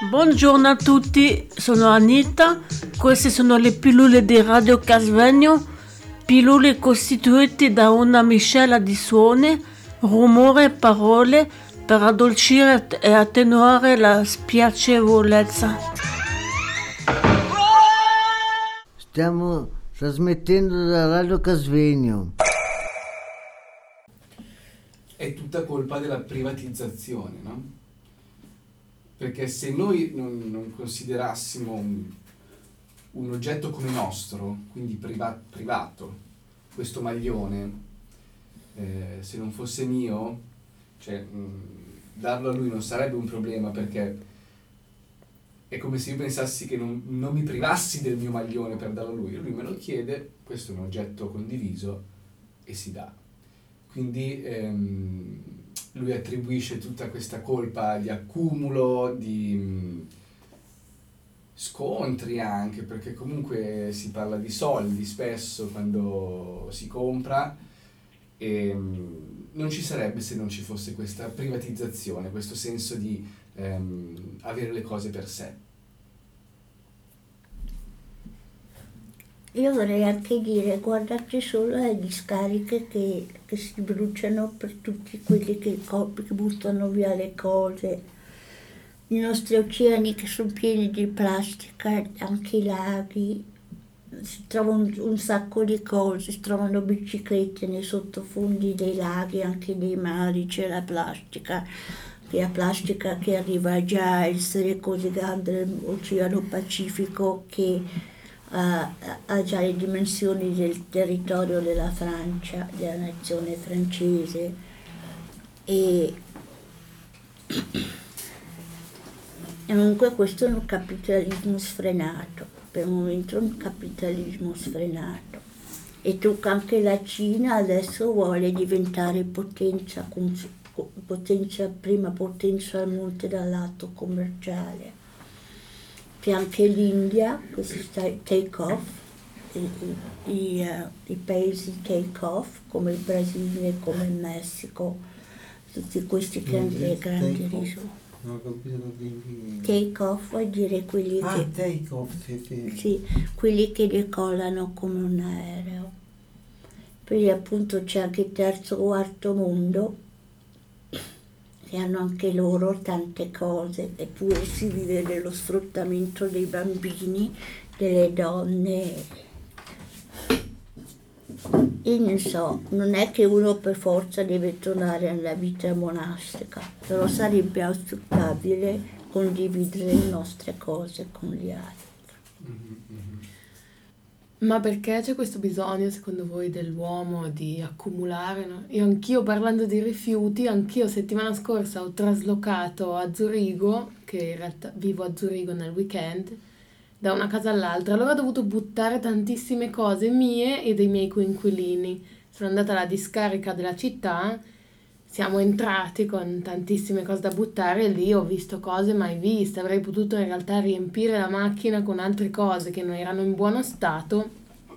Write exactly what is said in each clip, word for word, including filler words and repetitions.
Buongiorno a tutti, sono Anita, queste sono le pillole di Radio Casvegno, pillole costituite da una miscela di suoni, rumore e parole per addolcire e attenuare la spiacevolezza. Stiamo trasmettendo da Radio Casvegno. È tutta colpa della privatizzazione, no? Perché se noi non, non considerassimo un, un oggetto come nostro, quindi priva, privato, questo maglione, eh, se non fosse mio, cioè mh, darlo a lui non sarebbe un problema, perché è come se io pensassi che non, non mi privassi del mio maglione per darlo a lui. Lui me lo chiede, questo è un oggetto condiviso e si dà. Quindi ehm, lui attribuisce tutta questa colpa di accumulo, di mh, scontri anche, perché comunque si parla di soldi spesso quando si compra, e mh, non ci sarebbe se non ci fosse questa privatizzazione, questo senso di ehm, avere le cose per sé. Io vorrei anche dire, guardate solo alle discariche che, che si bruciano per tutti quelli che, che buttano via le cose. I nostri oceani che sono pieni di plastica, anche i laghi, si trova un, un sacco di cose, si trovano biciclette nei sottofondi dei laghi, anche nei mari c'è la plastica, che è la plastica che arriva già a essere così grande nell'Oceano Pacifico che Ha, ha già le dimensioni del territorio della Francia, della nazione francese, e comunque questo è un capitalismo sfrenato, per il momento è un capitalismo sfrenato, e tocca anche la Cina adesso vuole diventare potenza, potenza prima potenza al monte dal lato commerciale. C'è anche l'India, questo take off, i, i, uh, i paesi take off come il Brasile, come il Messico, tutti questi che hanno le grandi risorse. Non ho capito che... Take off vuol dire quelli ah, che... take off, sì, sì. Sì, quelli che decollano come un aereo. Poi appunto c'è anche il terzo o quarto mondo, che hanno anche loro tante cose, eppure si vive dello sfruttamento dei bambini, delle donne. Io non so, non è che uno per forza deve tornare alla vita monastica, però sarebbe auspicabile condividere le nostre cose con gli altri. Mm-hmm. Ma perché c'è questo bisogno, secondo voi, dell'uomo di accumulare? No? Io anch'io, parlando di rifiuti, anch'io settimana scorsa ho traslocato a Zurigo, che in realtà vivo a Zurigo nel weekend, da una casa all'altra. Allora ho dovuto buttare tantissime cose mie e dei miei coinquilini. Sono andata alla discarica della città, siamo entrati con tantissime cose da buttare e lì ho visto cose mai viste. Avrei potuto in realtà riempire la macchina con altre cose che non erano in buono stato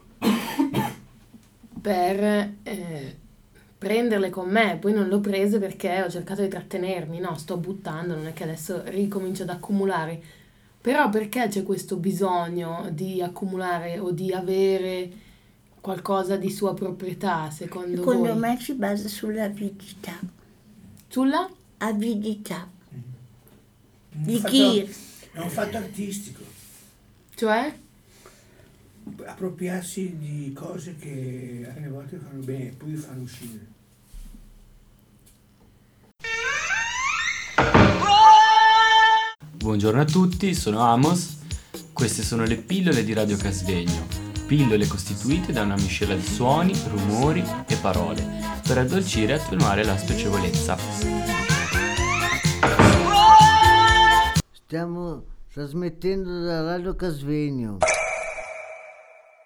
per eh, prenderle con me. Poi non l'ho prese perché ho cercato di trattenermi. No, sto buttando, non è che adesso ricomincio ad accumulare. Però perché c'è questo bisogno di accumulare o di avere qualcosa di sua proprietà, secondo, secondo voi? Secondo me si basa sull'avidità. Sulla? Avidità. Mm. Di Fatto, chi? è un fatto artistico. Cioè? Appropriarsi di cose che alle volte fanno bene e poi fanno uscire. Buongiorno a tutti, sono Amos. Queste sono le pillole di Radio Casvegno. Pillole costituite da una miscela di suoni, rumori e parole per addolcire e attenuare la spiacevolezza. Stiamo trasmettendo da Radio Casvegno.